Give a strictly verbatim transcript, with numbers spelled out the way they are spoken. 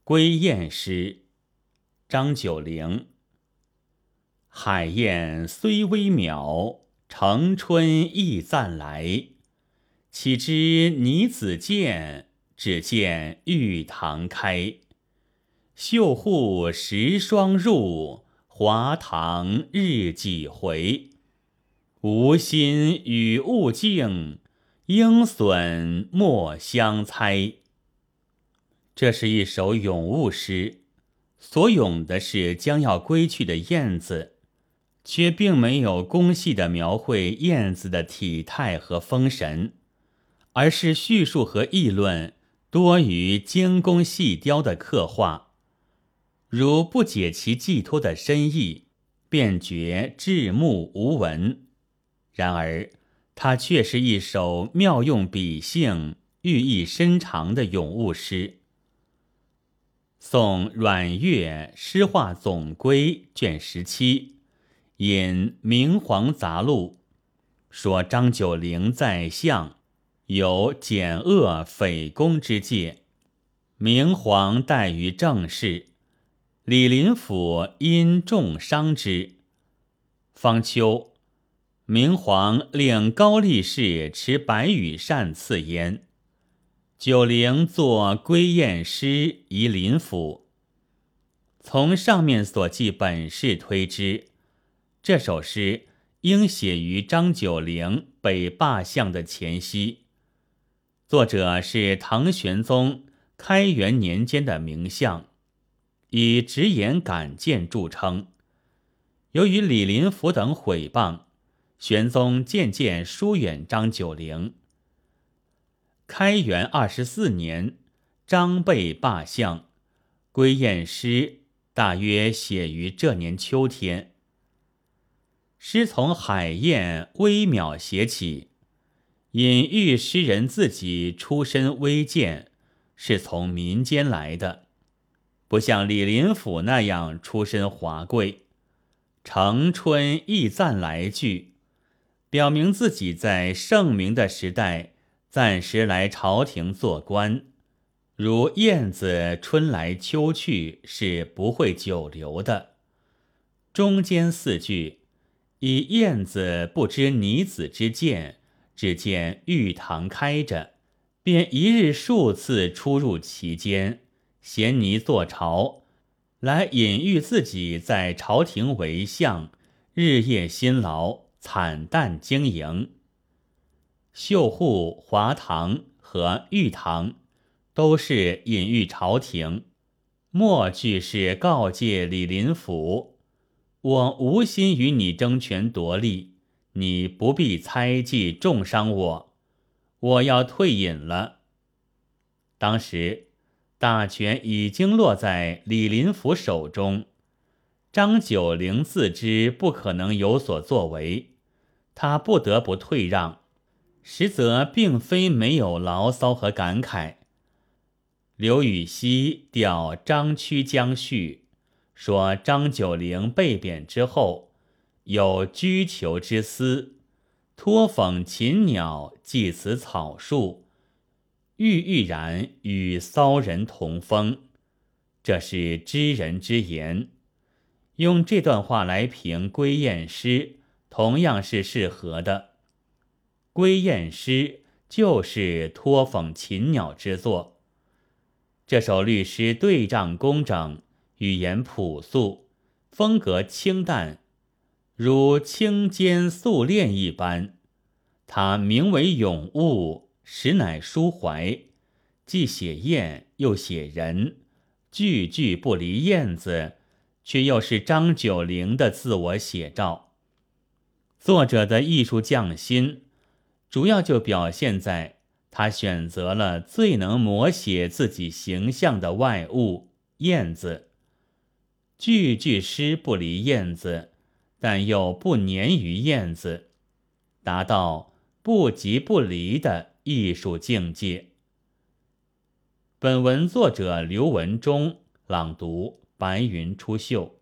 归雁诗，张九龄。海雁虽微渺，城春亦暂来。岂知拟子建，只见玉堂开。绣户十双入，华堂日几回。无心与物竞，应损莫相猜。这是一首咏物诗，所咏的是将要归去的燕子，却并没有工细地描绘燕子的体态和风神，而是叙述和议论多于精工细雕的刻画。如不解其寄托的深意，便觉至目无闻。然而它却是一首妙用笔性、寓意深长的咏物诗。宋阮岳诗话总归卷十七引《明皇杂录》，说张九龄在相有检恶匪公之戒，明皇待于政事，李林甫因重伤之。方秋，明皇令高力士持白羽扇赐焉。九龄作归雁诗遗林甫。从上面所记本事推知，这首诗应写于张九龄北罢相的前夕。作者是唐玄宗开元年间的名相，以直言敢谏著称。由于李林甫等毁谤，玄宗渐渐疏远张九龄。开元二十四年，张被罢相，归雁诗大约写于这年秋天。诗从海燕微渺写起，隐喻诗人自己出身微贱，是从民间来的，不像李林甫那样出身华贵。城春亦暂来句，表明自己在盛名的时代暂时来朝廷做官，如燕子春来秋去，是不会久留的。中间四句以燕子不知拟子之见，只见玉堂开着，便一日数次出入其间，衔泥坐朝，来隐喻自己在朝廷为相，日夜辛劳，惨淡经营。绣户、华堂和玉堂都是隐喻朝廷，末句是告诫李林甫：我无心与你争权夺利，你不必猜忌重伤我，我要退隐了。当时大权已经落在李林甫手中，张九龄自知不可能有所作为，他不得不退让，实则并非没有牢骚和感慨。刘禹锡调张曲江序，说张九龄被贬之后，有居求之思，托讽禽鸟，寄此草树，郁郁然与骚人同风，这是知人之言。用这段话来评归雁诗，同样是适合的。归雁诗就是托讽禽鸟之作。这首律诗对仗工整，语言朴素，风格清淡，如清笺素练一般。它名为咏物，实乃抒怀，既写燕又写人，句句不离燕子，却又是张九龄的自我写照。作者的艺术匠心，主要就表现在他选择了最能摹写自己形象的外物燕子，句句诗不离燕子，但又不粘于燕子，达到不即不离的艺术境界。本文作者刘文忠朗读，白云出岫。